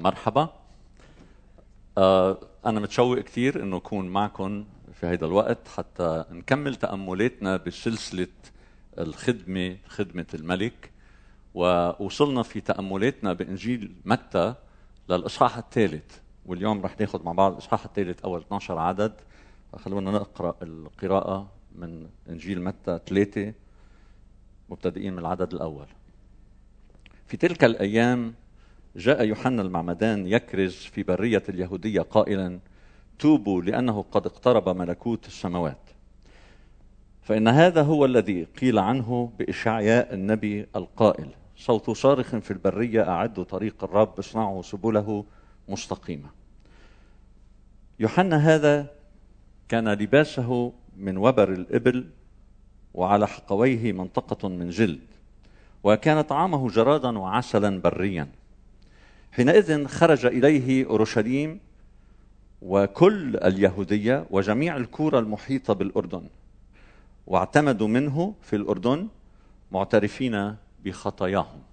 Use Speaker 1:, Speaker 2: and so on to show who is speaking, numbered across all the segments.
Speaker 1: مرحبا. أنا متشوق كثير إنه أكون معكم في هذا الوقت حتى نكمل تأملاتنا بسلسلة الخدمة، خدمة الملك. ووصلنا في تأملاتنا بإنجيل متى للإصحاح الثالث، واليوم رح ناخذ مع بعض الإصحاح الثالث أول 12 عدد. خلونا نقرأ القراءة من إنجيل متى 3 مبتدئين من العدد الأول. في تلك الأيام جاء يوحنا المعمدان يكرز في برية اليهودية قائلا: توبوا لأنه قد اقترب ملكوت السماوات. فإن هذا هو الذي قيل عنه بإشعياء النبي القائل: صوت صارخ في البرية أعدوا طريق الرب، اصنعوا سبله مستقيمة. يوحنا هذا كان لباسه من وبر الإبل، وعلى حقويه منطقة من جلد، وكان طعامه جرادا وعسلا بريا. حينئذ خرج إليه أورشليم وكل اليهودية وجميع الكورة المحيطة بالأردن، واعتمدوا منه في الأردن معترفين بخطاياهم.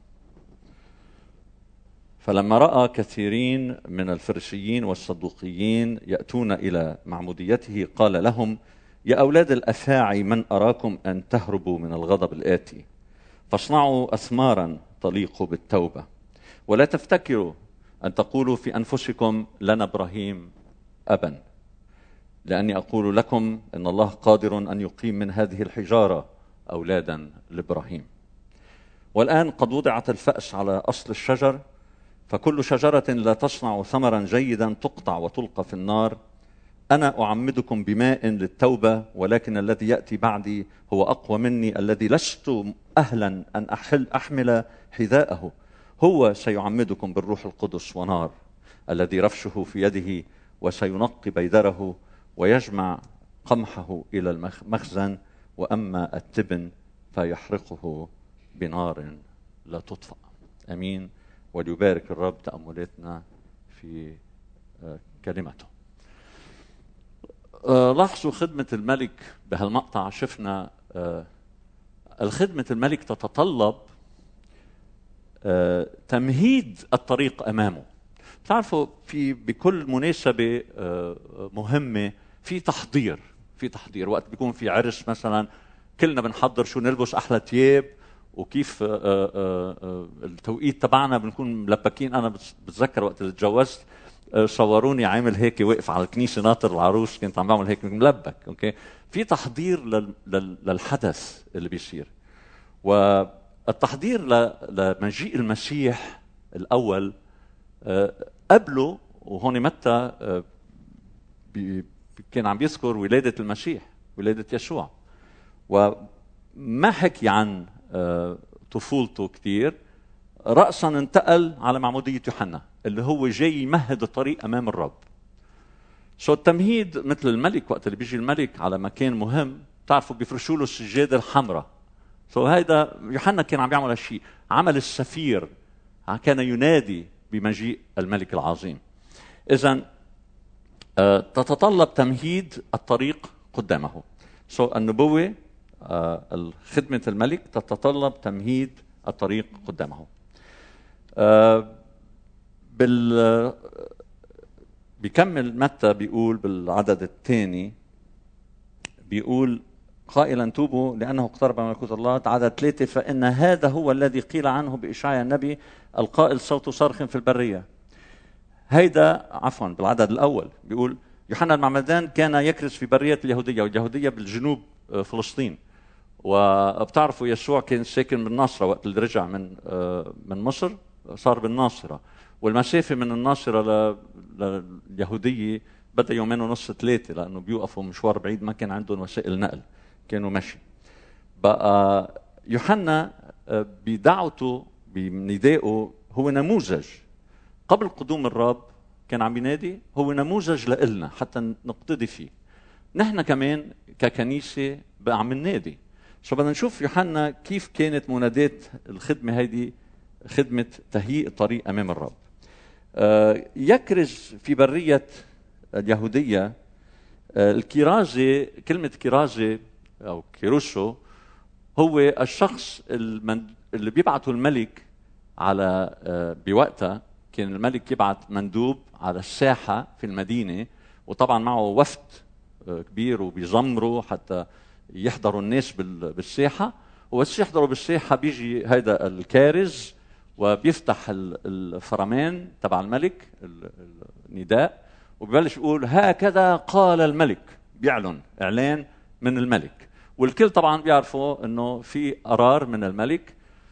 Speaker 1: فلما رأى كثيرين من الفريسيين والصدوقيين يأتون إلى معموديته قال لهم: يا أولاد الأفاعي، من أراكم أن تهربوا من الغضب الآتي؟ فاصنعوا أثمارا تليق بالتوبة، ولا تفتكروا أن تقولوا في أنفسكم لنا إبراهيم أبا، لأني أقول لكم إن الله قادر أن يقيم من هذه الحجارة أولادا لإبراهيم. والآن قد وضعت الفأس على أصل الشجر، فكل شجرة لا تصنع ثمرا جيدا تقطع وتلقى في النار. أنا أعمدكم بماء للتوبة، ولكن الذي يأتي بعدي هو أقوى مني، الذي لست أهلا أن أحمل حذاءه. هو سيعمدكم بالروح القدس ونار، الذي رفشه في يده، وسينقي بيدره ويجمع قمحه إلى المخزن، وأما التبن فيحرقه بنار لا تطفأ. أمين. وليبارك الرب تأملاتنا في كلمته. لاحظوا خدمة الملك بهالمقطع. شفنا الخدمة الملك تتطلب تمهيد الطريق أمامه. بتعرفوا في بكل مناسبة مهمة في تحضير وقت بيكون في عرس مثلا، كلنا بنحضر شو نلبس، أحلى ثياب، وكيف التوقيت تبعنا بنكون ملبكين. أنا بتذكر وقت اللي تجوزت صوروني عامل هيك واقف على الكنيسة ناطر العروس، كنت عم بعمل هيك ملبك. أوكي، في تحضير للحدث اللي بيصير. والتحضير لمجيء المسيح الأول قبله، وهون متى كان عم يذكر ولادة المسيح، ولادة يسوع، وما حكي عن طفولته كتير. رأسا انتقل على معمودية يوحنا اللي هو جاي يمهد الطريق أمام الرب. التمهيد مثل الملك، وقت اللي بيجي الملك على مكان مهم تعرفوا بيفرشوا له السجادة الحمراء. هيدا يوحنا كان عم يعمل هالشيء، عمل السفير، كان ينادي بمجيء الملك العظيم. إذن تتطلب تمهيد الطريق قدامه. النبوة، خدمة الملك تتطلب تمهيد الطريق قدامه. بيكمل متى بيقول بالعدد الثاني، بيقول قائلا: توبوا لأنه اقترب ملكوت الله. عدد 3: فإن هذا هو الذي قيل عنه بإشعياء النبي القائل: صوت صارخ في البرية. بالعدد الأول بيقول: يوحنا المعمدان كان يكرز في برية اليهودية، واليهودية بالجنوب فلسطين. وبتعرفوا يسوع كان ساكن بالناصرة، وقت اللي رجع من مصر صار بالناصرة، والمسافة من الناصرة لليهودية بدأ 2.5 3، لأنه بيوقفوا مشوار بعيد، ما كان عندهم وسائل نقل، كانوا مشي. بقى يوحنا بدعوته بندائه هو نموذج. قبل قدوم الرب كان عم ينادي، هو نموذج لإلنا حتى نقتدي فيه. نحن كمان ككنيسة بقى عم ننادي. بدنا نشوف يوحنا كيف كانت منادات الخدمة هيدي، خدمة تهيئ الطريق أمام الرب. يكرز في برية اليهودية. الكرازة، كلمة كرازة أو كيروسو، هو الشخص اللي بيبعثه الملك على بوقتها كان الملك يبعث مندوب على الساحة في المدينة، وطبعا معه وفد كبير وبيزمروا حتى يحضروا الناس بالساحة. وبس يحضروا بالساحة بيجي هيدا الكارز وبيفتح الفرمان تبع الملك النداء، وبيبلش يقول هكذا قال الملك، بيعلن إعلان من الملك. والكل طبعا بيعرفوا انه في قرار من الملك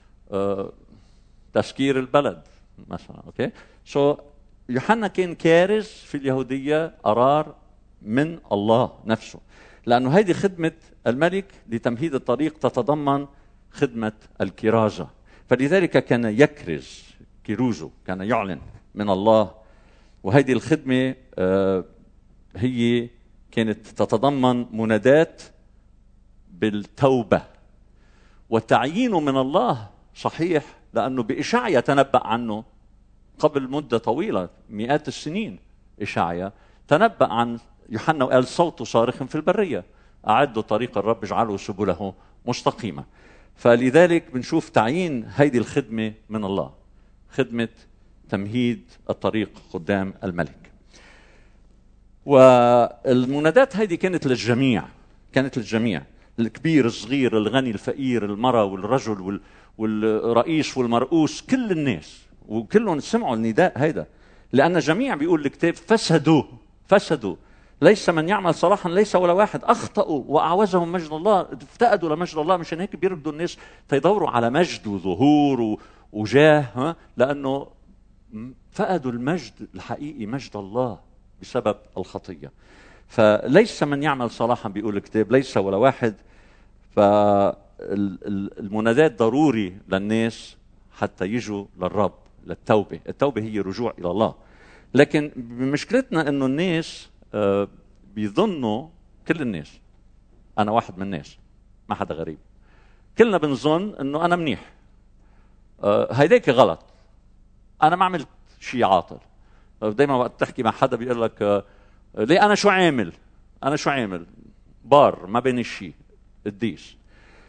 Speaker 1: تسكير البلد مثلا. اوكي، يوحنا كان كارز في اليهودية، قرار من الله نفسه، لأنه هذه خدمة الملك لتمهيد الطريق تتضمن خدمة الكرازة. فلذلك كان يكرز، كيروزو كان يعلن من الله. وهذه الخدمة هي كانت تتضمن منادات بالتوبة وتعيينه من الله. صحيح، لأنه بإشعيا تنبأ عنه قبل مدة طويلة، مئات السنين. إشعيا تنبأ عن يوحنا وقال صوته صارخ في البرية، أعدوا طريق الرب اجعلوا سبله مستقيمة. فلذلك بنشوف تعيين هذه الخدمة من الله، خدمة تمهيد الطريق قدام الملك. والمنادات هذه كانت للجميع، كانت للجميع، الكبير الصغير، الغني الفقير، المرأة والرجل والرئيس والمرؤوس، كل الناس، وكلهم سمعوا النداء هيدا. لأن جميع بيقول الكتاب فسدوا ليس من يعمل صلاحا، ليس ولا واحد، أخطأوا وأعوزهم مجد الله، افتقدوا لمجد الله. مشان هيك بيركضوا الناس تيدوروا على مجد وظهور وجاه، لأنه فقدوا المجد الحقيقي، مجد الله، بسبب الخطية. فليس من يعمل صلاحا بيقول الكتاب، ليس ولا واحد. فالمنادات ضروري للناس حتى يجوا للرب، للتوبة. التوبة هي رجوع إلى الله. لكن مشكلتنا إنه الناس بيظنوا، كل الناس، أنا واحد من الناس، ما حدا غريب، كلنا بنظن إنه أنا منيح، هيداك غلط، أنا ما عملت شيء عاطل. دايما وقت تحكي مع حدا بيقول لك ليه أنا شو عامل بار ما بين الشيء الديس.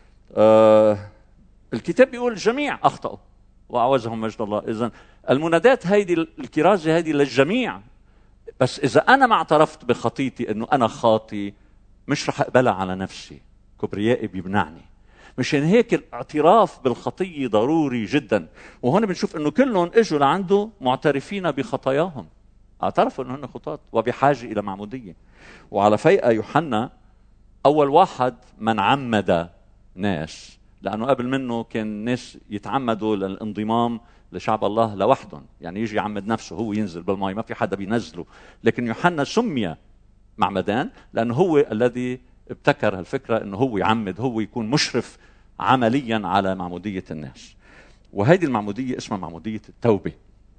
Speaker 1: الكتاب بيقول الجميع أخطأوا وأعوزهم مجد الله. إذن المنادات هيدي، الكرازة هيدي للجميع. بس إذا أنا ما اعترفت بخطيتي إنه أنا خاطي، مش رح أقبلها على نفسي، كبريائي بيمنعني. مشان هيك الاعتراف بالخطية ضروري جدا. وهون بنشوف إنه كلهم إجوا لعنده معترفين بخطاياهم، اعترفوا إنه هن خطاة وبحاجة إلى معمودية. وعلى فيئة يوحنا أول واحد من عمد ناس، لأنه قبل منه كان ناس يتعمدوا للانضمام لشعب الله لوحدهم، يعني يجي يعمد نفسه، هو ينزل بالماء، ما في حدا بينزله. لكن يوحنا سمي معمدان لأنه هو الذي ابتكر الفكرة أنه هو يعمد، هو يكون مشرف عمليا على معمودية الناس. وهذه المعمودية اسمها معمودية التوبة.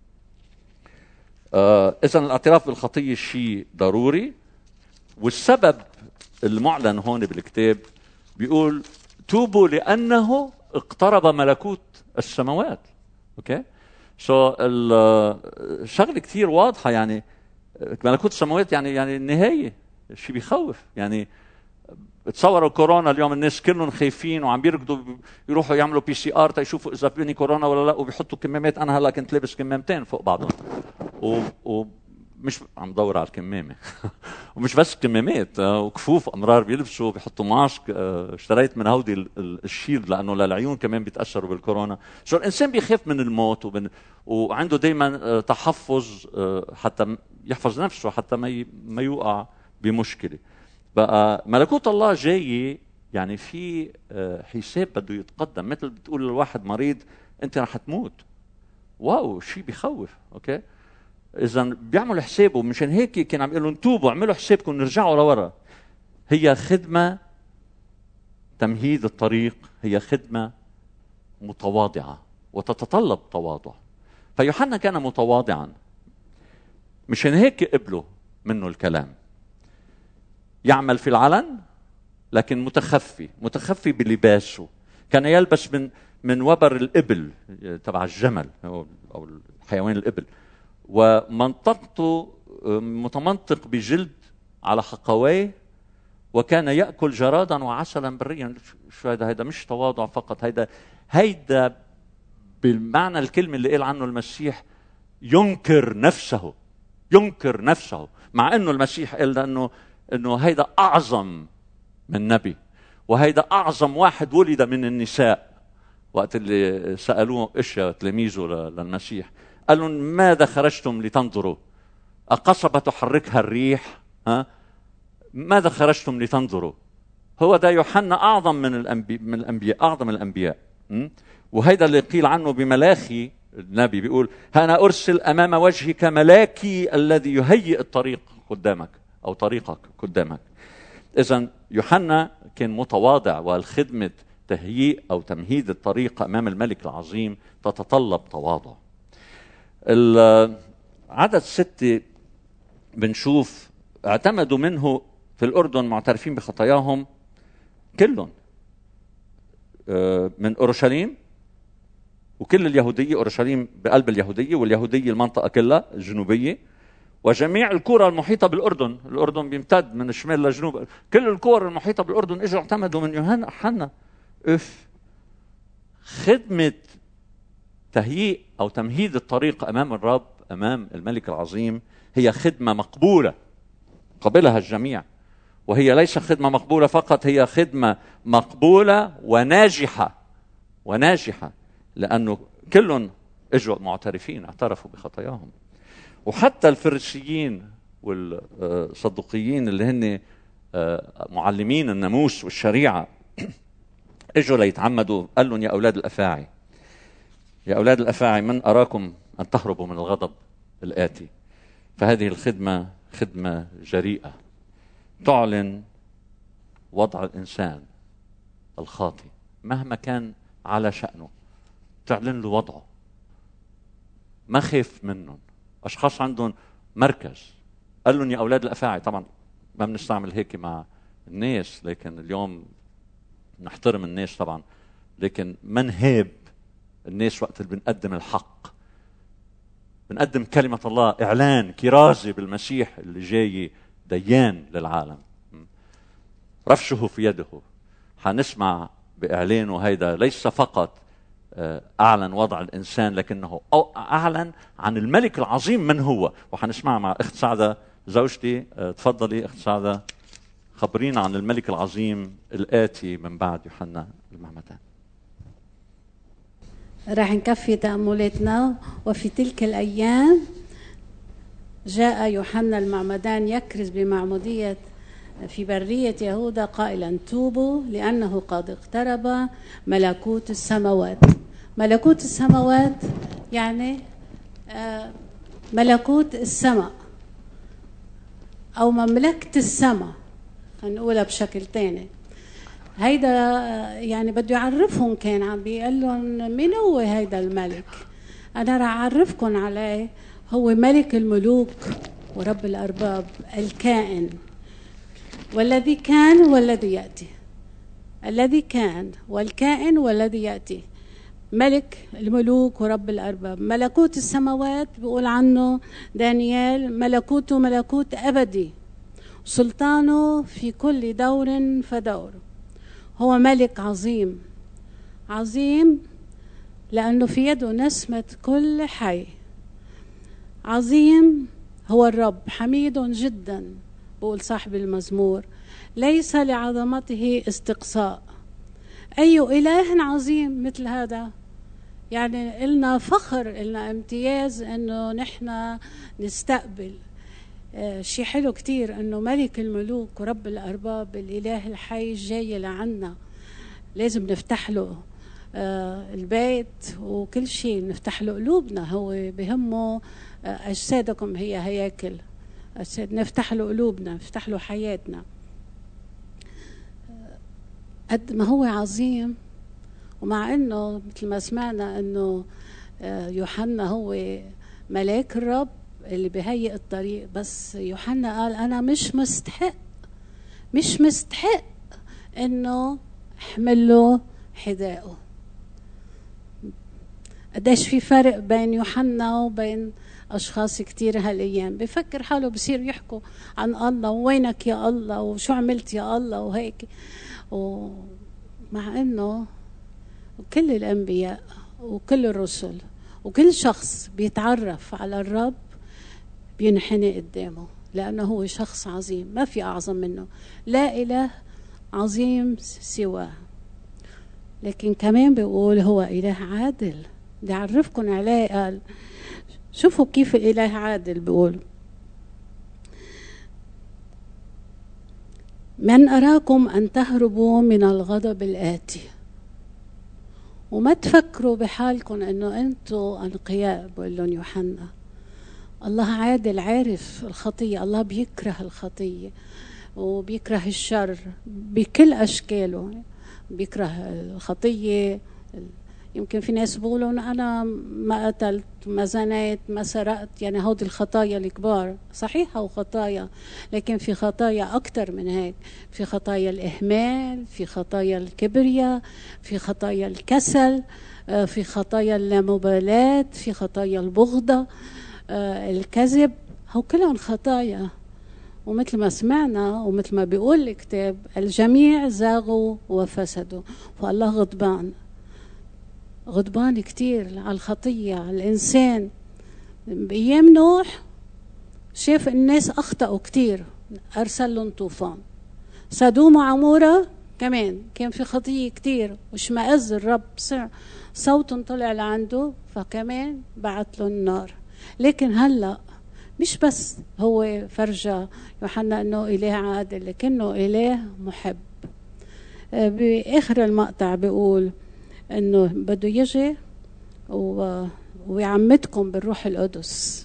Speaker 1: إذن الاعتراف بالخطية شيء ضروري. والسبب المعلن هون بالكتاب بيقول توبوا لأنه اقترب ملكوت السماوات. اوكي، الشغله كثير واضحه. يعني ملكوت السماوات يعني النهايه، شيء بيخوف. يعني تصوروا كورونا اليوم، الناس كلهم خايفين وعم بيركضوا يروحوا يعملوا PCR تيشوفوا اذا بيني كورونا ولا لا، وبيحطوا كمامات. انا هلا كنت لابس كمامتين فوق بعضهم، ومش عم دور على الكمامه ومش بس كمامات، وكفوف امرار بيلبسوا، بيحطوا ماسك. اشتريت من هودي الشيلد لانه للعيون كمان بيتاثروا بالكورونا. الانسان بيخاف من الموت وعنده دائما تحفظ حتى يحفظ نفسه، حتى ما يوقع بمشكله. بقى ملكوت الله جاي، يعني في حساب بده يتقدم. مثل بتقول للواحد مريض انت رح تموت، واو، شيء بيخوف. اوكي، إذا بيعملوا حسابه. مشان هيك كان عم يقول لهم توبوا، اعملوا حسابكم، نرجعوا لورا. هي خدمة تمهيد الطريق، هي خدمة متواضعة وتتطلب تواضع. فيوحنا كان متواضعا، مشان هيك قبلوا منه الكلام. يعمل في العلن لكن متخفي بلباسه. كان يلبس من وبر الإبل تبع الجمل أو الحيوان الإبل، ومنطقته متمنطق بجلد على حقويه، وكان يأكل جرادا وعسلا بريا. شو هيدا مش تواضع فقط، هيدا بالمعنى الكلمة اللي قال عنه المسيح ينكر نفسه، مع انه المسيح قال انه هيدا اعظم من نبي، وهيدا اعظم واحد ولد من النساء. وقت اللي سالوه اشياء تلاميذه للمسيح، قال لهم ماذا خرجتم لتنظروا؟ أقصبة تحركها الريح؟ ماذا خرجتم لتنظروا؟ هو ده يوحنا أعظم من الأنبياء، أعظم الأنبياء. وهيدا اللي قيل عنه بملاخي النبي، بيقول أنا أرسل أمام وجهك ملاكي الذي يهيئ الطريق قدامك، أو طريقك قدامك. إذن يوحنا كان متواضع، والخدمة تهيئ أو تمهيد الطريق أمام الملك العظيم تتطلب تواضع. عدد 6 بنشوف اعتمدوا منه في الأردن معترفين بخطاياهم كلهم، من أورشليم وكل اليهودية، أورشليم بقلب اليهودية، واليهودية المنطقة كلها الجنوبية، وجميع القرى المحيطة بالأردن. الأردن بيمتد من الشمال للجنوب، كل القرى المحيطة بالأردن اجوا اعتمدوا من يوحنا. خدمة تهيئ أو تمهيد الطريق أمام الرب، أمام الملك العظيم، هي خدمة مقبولة قبلها الجميع. وهي ليس خدمة مقبولة فقط، هي خدمة مقبولة وناجحة، لأنه كلهم اجوا معترفين، اعترفوا بخطاياهم. وحتى الفريسيين والصدوقيين اللي هن معلمين الناموس والشريعة اجوا ليتعمدوا. قال لهم يا أولاد الأفاعي من أراكم أن تهربوا من الغضب الآتي. فهذه الخدمة خدمة جريئة تعلن وضع الإنسان الخاطئ مهما كان على شأنه، تعلن له وضعه، ما خاف منهم. أشخاص عندهم مركز، قال لهم يا أولاد الأفاعي. طبعا ما بنستعمل هيك مع الناس، لكن اليوم نحترم الناس طبعا، لكن ما نهاب الناس وقت اللي بنقدم الحق، بنقدم كلمة الله، إعلان كرازة بالمسيح اللي جاي ديان للعالم. رفشه في يده. حنسمع بإعلانه هيدا ليس فقط أعلن وضع الإنسان، لكنه أعلن عن الملك العظيم من هو. وحنسمع مع أخت سعدة زوجتي. تفضلي أخت سعدة، خبرينا عن الملك العظيم الآتي من بعد يوحنا المعمدان.
Speaker 2: راح نكفي تأملاتنا. وفي تلك الأيام جاء يوحنا المعمدان يكرز بمعمودية في برية يهوذا قائلا توبوا لأنه قد اقترب ملكوت السماوات. ملكوت السماوات يعني ملكوت السماء أو مملكة السماء، هنقولها بشكل تاني. هيدا يعني بده يعرفهم، كان عم بيقول لهم مين هو هيدا الملك. أنا راح أعرفكم عليه. هو ملك الملوك ورب الأرباب، الكائن والذي كان والذي يأتي، الذي كان والكائن والذي يأتي، ملك الملوك ورب الأرباب. ملكوت السماوات بيقول عنه دانيال ملكوته ملكوت أبدي، سلطانه في كل دور فدور. هو ملك عظيم، عظيم لأنه في يده نسمة كل حي. عظيم هو الرب، حميد جدا، بقول صاحب المزمور، ليس لعظمته استقصاء. أي إله عظيم مثل هذا. يعني إلنا فخر، إلنا امتياز إنه نحن نستقبل شيء حلو كتير، إنه ملك الملوك ورب الأرباب الإله الحي جاي لعنا. لازم نفتح له البيت وكل شيء، نفتح له قلوبنا. هو بهمه أجسادكم هي هياكل أجساد، نفتح له قلوبنا، نفتح له حياتنا. قد ما هو عظيم، ومع إنه مثل ما سمعنا إنه يوحنا هو ملاك الرب اللي بيهيئ الطريق، بس يوحنا قال أنا مش مستحق إنه أحمل له حذائه. قديش في فرق بين يوحنا وبين أشخاص كتير هالأيام. بفكر حاله بصير يحكوا عن الله، وينك يا الله، وشو عملت يا الله، وهيك. ومع إنه كل الأنبياء وكل الرسل وكل شخص بيتعرف على الرب بينحني قدامه، لأنه هو شخص عظيم ما في أعظم منه، لا إله عظيم سواه. لكن كمان بيقول هو إله عادل. بدي أعرفكم عليه. قال شوفوا كيف الإله عادل. بيقول من أراكم أن تهربوا من الغضب الآتي. وما تفكروا بحالكم أنه أنتوا أنقياء. بقول لهم يوحنا الله عادل، عارف الخطية. الله بيكره الخطية وبيكره الشر بكل أشكاله. بيكره الخطية. يمكن في ناس بيقولوا أنا ما قتلت، ما زنيت، ما سرقت، يعني هودي الخطايا الكبار صحيحة وخطايا، لكن في خطايا أكتر من هيك. في خطايا الإهمال، في خطايا الكبرياء، في خطايا الكسل، في خطايا اللامبالاة، في خطايا البغضة، الكذب. هو كلهم خطايا. ومثل ما سمعنا ومثل ما بيقول الكتاب الجميع زاغوا وفسدوا. فالله غضبان كتير على الخطية، على الإنسان. بأيام نوح شاف الناس أخطأوا كتير، أرسل لهم طوفان. سدوم وعمورة كمان كان في خطية كتير، واشمئز الرب، صوت طلع لعنده، فكمان بعت له النار. لكن هلأ مش بس هو فرجى يوحنا أنه إله عادل، لكنه إله محب. بآخر المقطع بيقول أنه بده يجي ويعمدكم بالروح القدس.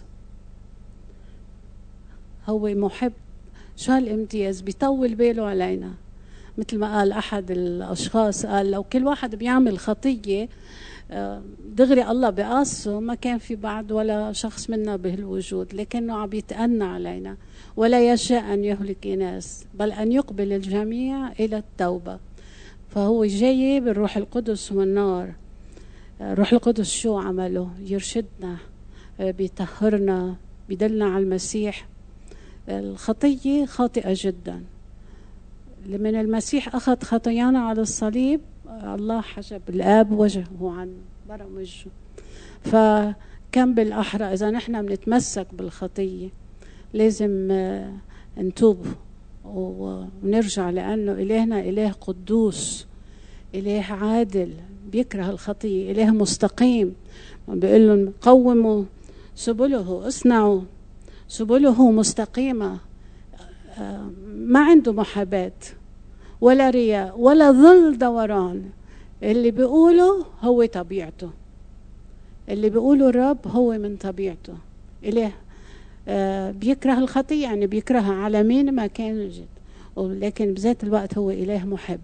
Speaker 2: هو محب. شو هالامتياز؟ بيطول باله علينا. مثل ما قال أحد الأشخاص، قال لو كل واحد بيعمل خطية دغري الله بقاسه، ما كان في بعد ولا شخص منا بهالوجود. لكنه عم يتأنى علينا، ولا يشاء أن يهلك ناس بل أن يقبل الجميع إلى التوبة. فهو جاي بالروح القدس والنار. الروح القدس شو عمله؟ يرشدنا، بيطهرنا، بيدلنا على المسيح. الخطية خاطئة جدا. لمن المسيح أخذ خطايانا على الصليب، الله حجب الآب وجهه عن برم وجهه. فكم بالأحرى إذا نحن بنتمسك بالخطية لازم نتوب ونرجع، لأنه إلهنا إله قدوس، إله عادل، بيكره الخطية، إله مستقيم. بيقول لهم قوموا سبله، اصنعوا سبله مستقيمة. ما عنده محاباة ولا رياء ولا ظل دوران. اللي بيقوله هو طبيعته، اللي بيقوله الرب هو من طبيعته. إله بيكره الخطية، يعني بيكرهها على مين ما كان يجد، لكن بذات الوقت هو إله محب،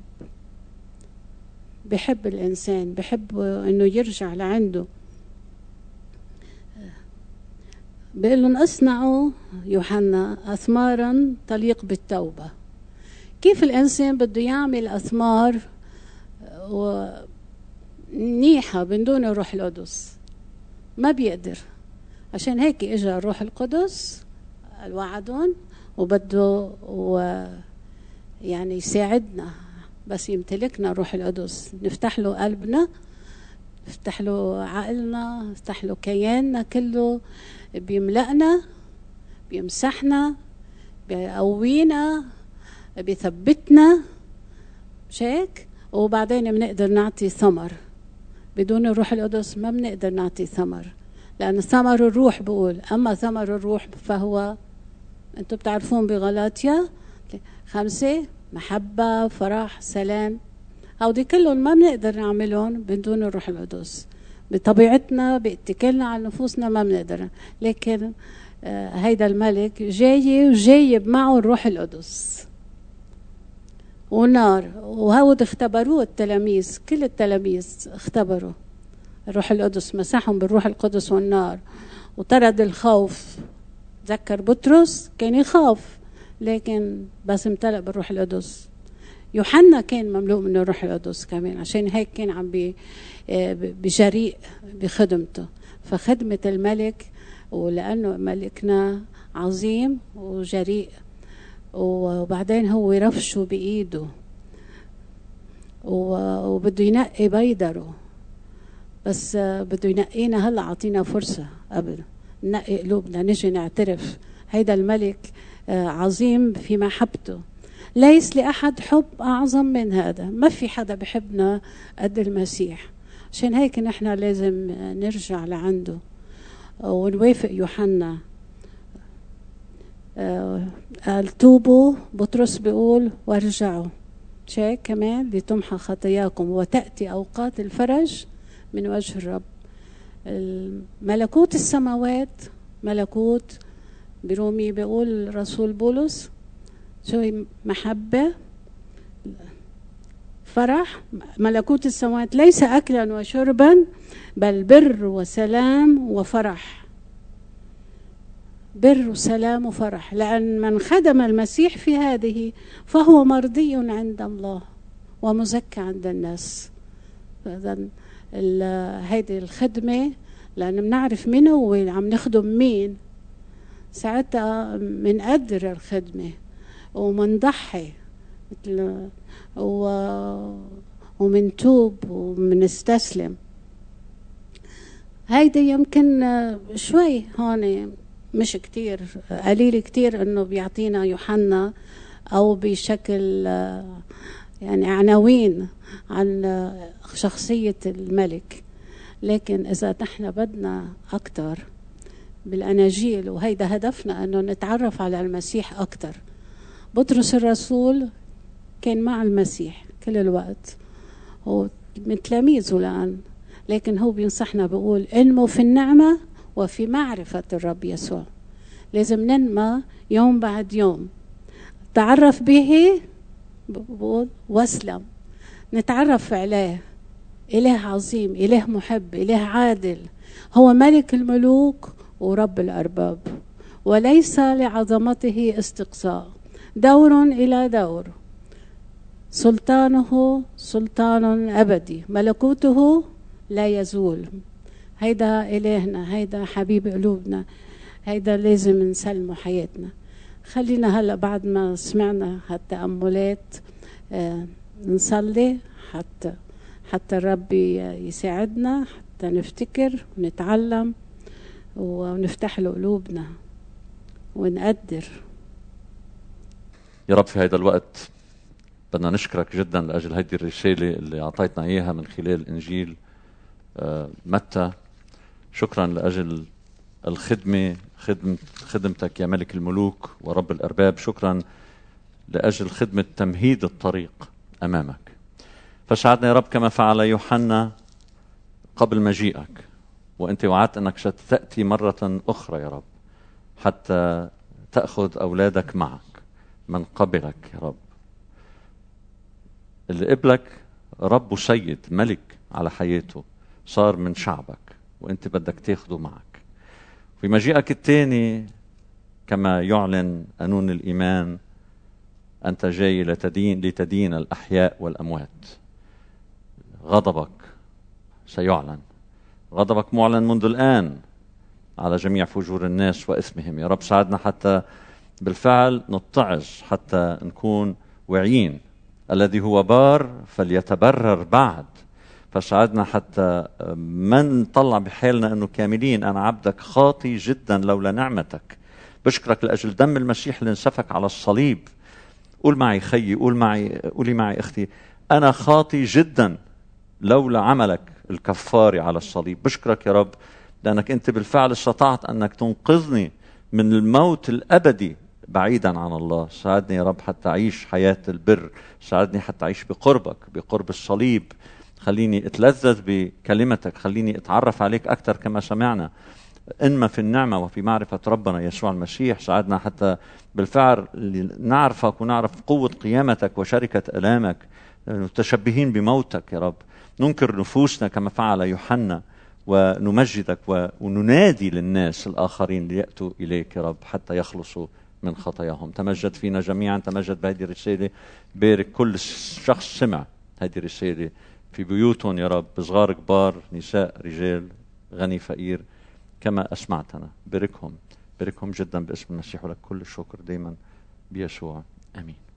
Speaker 2: بحب الإنسان، بحب إنه يرجع لعنده. بيقول لهم اصنعوا يوحنا أثمارا تليق بالتوبة. كيف الإنسان بده يعمل أثمار منيحة من دون الروح القدس؟ ما بيقدر. عشان هيك اجى الروح القدس الوعدون، وبده يعني يساعدنا، بس يمتلكنا الروح القدس. نفتح له قلبنا، نفتح له عقلنا، نفتح له كياننا كله، بيملأنا، بيمسحنا، بيقوينا، بيثبتنا. مش هيك؟ وبعدين بنقدر نعطي ثمر. بدون الروح القدس ما بنقدر نعطي ثمر، لأن ثمر الروح بقول، أما ثمر الروح فهو أنتم بتعرفون بغلاطيا 5: محبة، فرح، سلام. هودي كلهم ما بنقدر نعملهم بدون الروح القدس. بطبيعتنا، باتكالنا على نفوسنا ما بنقدر. لكن هيدا الملك جاي وجايب معه الروح القدس ونار. وهود اختبروه التلاميذ، كل التلاميذ اختبروا الروح القدس، مسحهم بالروح القدس والنار وطرد الخوف. تذكر بطرس كان يخاف، لكن بس امتلأ بالروح القدس. يوحنا كان مملوء من الروح القدس كمان، عشان هيك كان عم بجريء بخدمته. فخدمة الملك، ولأنه ملكنا عظيم وجريء، وبعدين هو يرفشه بإيده وبده ينقي بيدره بس بده ينقينا هلا. عطينا فرصة قبل ننقي قلوبنا نجي نعترف هيدا الملك عظيم في محبته. ليس لأحد حب أعظم من هذا. ما في حدا بحبنا قد المسيح. عشان هيك نحن لازم نرجع لعنده ونوافق يوحنا. قال توبوا، بطرس بيقول وارجعوا شيء كمان لتمحى خطاياكم وتأتي أوقات الفرج من وجه الرب. ملكوت السماوات ملكوت برومي بيقول رسول بولس شو محبة فرح. ملكوت السماوات ليس أكلا وشربا بل بر وسلام وفرح. بر وسلام وفرح، لأن من خدم المسيح في هذه فهو مرضي عند الله ومزكى عند الناس. هذه الخدمة لأن بنعرف مين هو عم نخدم مين، ساعتها منقدر الخدمة ومنضحي ومنتوب ومنستسلم. هيدا يمكن شوي هون مش كتير، قليل كتير انه بيعطينا يوحنا او بشكل يعني عناوين عن شخصية الملك. لكن اذا نحن بدنا اكتر بالاناجيل، وهيدا هدفنا انه نتعرف على المسيح اكتر. بطرس الرسول كان مع المسيح كل الوقت، هو من تلاميذه الآن، لكن هو بينصحنا بيقول انمو في النعمة وفي معرفة الرب يسوع. لازم ننمى يوم بعد يوم، تعرف به واسلم، نتعرف عليه. إله عظيم، إله محب، إله عادل، هو ملك الملوك ورب الأرباب، وليس لعظمته استقصاء، دور إلى دور، سلطانه سلطان أبدي، ملكوته لا يزول. هيدا إلهنا، هيدا حبيب قلوبنا، هيدا لازم نسلمه حياتنا. خلينا هلأ بعد ما سمعنا هالتأملات نصلي حتى الرب يساعدنا، حتى نفتكر ونتعلم ونفتح له قلوبنا ونقدر.
Speaker 1: يا رب في هذا الوقت بدنا نشكرك جدا لأجل هذه الرسالة اللي أعطيتنا إياها من خلال إنجيل متى. شكرا لأجل الخدمة، خدمتك يا ملك الملوك ورب الأرباب. شكرا لأجل خدمة تمهيد الطريق أمامك. فساعدنا يا رب كما فعل يوحنا قبل مجيئك، وأنت وعدت أنك ستأتي مرة أخرى يا رب حتى تأخذ أولادك معك من قبلك يا رب. اللي قبلك رب وسيد ملك على حياته صار من شعبك، وانت بدك تاخده معك في مجيئك الثاني. كما يعلن قانون الإيمان أنت جاي لتدين الأحياء والأموات. غضبك سيعلن، غضبك معلن منذ الآن على جميع فجور الناس وإثمهم. يا رب ساعدنا حتى بالفعل نتعظ، حتى نكون واعيين. الذي هو بار فليتبرر بعد. فساعدنا حتى ما نطلع بحالنا أنه كاملين. أنا عبدك خاطي جدا لولا نعمتك. بشكرك لأجل دم المسيح اللي انسفك على الصليب. قول معي خيي، قولي معي أختي، أنا خاطي جدا لولا عملك الكفاري على الصليب. بشكرك يا رب لأنك أنت بالفعل استطعت أنك تنقذني من الموت الأبدي بعيدا عن الله. ساعدني يا رب حتى أعيش حياة البر، ساعدني حتى أعيش بقربك، بقرب الصليب. خليني أتلذذ بكلمتك، خليني أتعرف عليك أكثر كما سمعنا. إنما في النعمة وفي معرفة ربنا يسوع المسيح. ساعدنا حتى بالفعل نعرفك ونعرف قوة قيامتك وشركة ألامك، متشبهين بموتك يا رب. ننكر نفوسنا كما فعل يوحنا ونمجدك وننادي للناس الآخرين ليأتوا إليك يا رب حتى يخلصوا من خطاياهم. تمجد فينا جميعا، تمجد بهذه الرسالة. بارك كل شخص سمع هذه الرسالة في بيوتهم يا رب، صغار كبار، نساء رجال، غني فقير، كما أسمعتنا. باركهم جدا باسم المسيح، ولك كل الشكر دائما بيسوع. آمين.